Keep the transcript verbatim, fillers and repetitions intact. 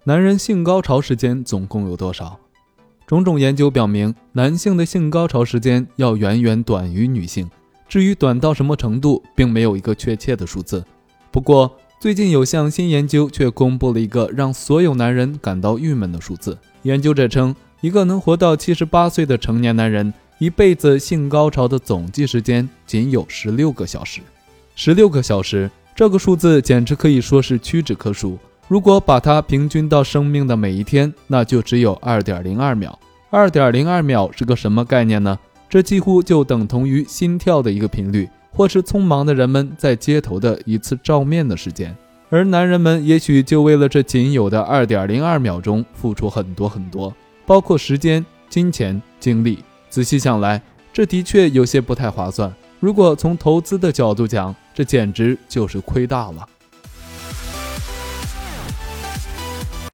男人性高潮时间总共有多少？种种研究表明，男性的性高潮时间要远远短于女性，至于短到什么程度，并没有一个确切的数字。不过最近有项新研究却公布了一个让所有男人感到郁闷的数字。研究者称，一个能活到七十八岁的成年男人，一辈子性高潮的总计时间仅有十六个小时。十六个小时，这个数字简直可以说是屈指可数。如果把它平均到生命的每一天，那就只有 二点零二秒。二点零二秒是个什么概念呢？这几乎就等同于心跳的一个频率，或是匆忙的人们在街头的一次照面的时间。而男人们也许就为了这仅有的 二点零二秒钟付出很多很多，包括时间、金钱、精力。仔细想来，这的确有些不太划算。如果从投资的角度讲，这简直就是亏大了。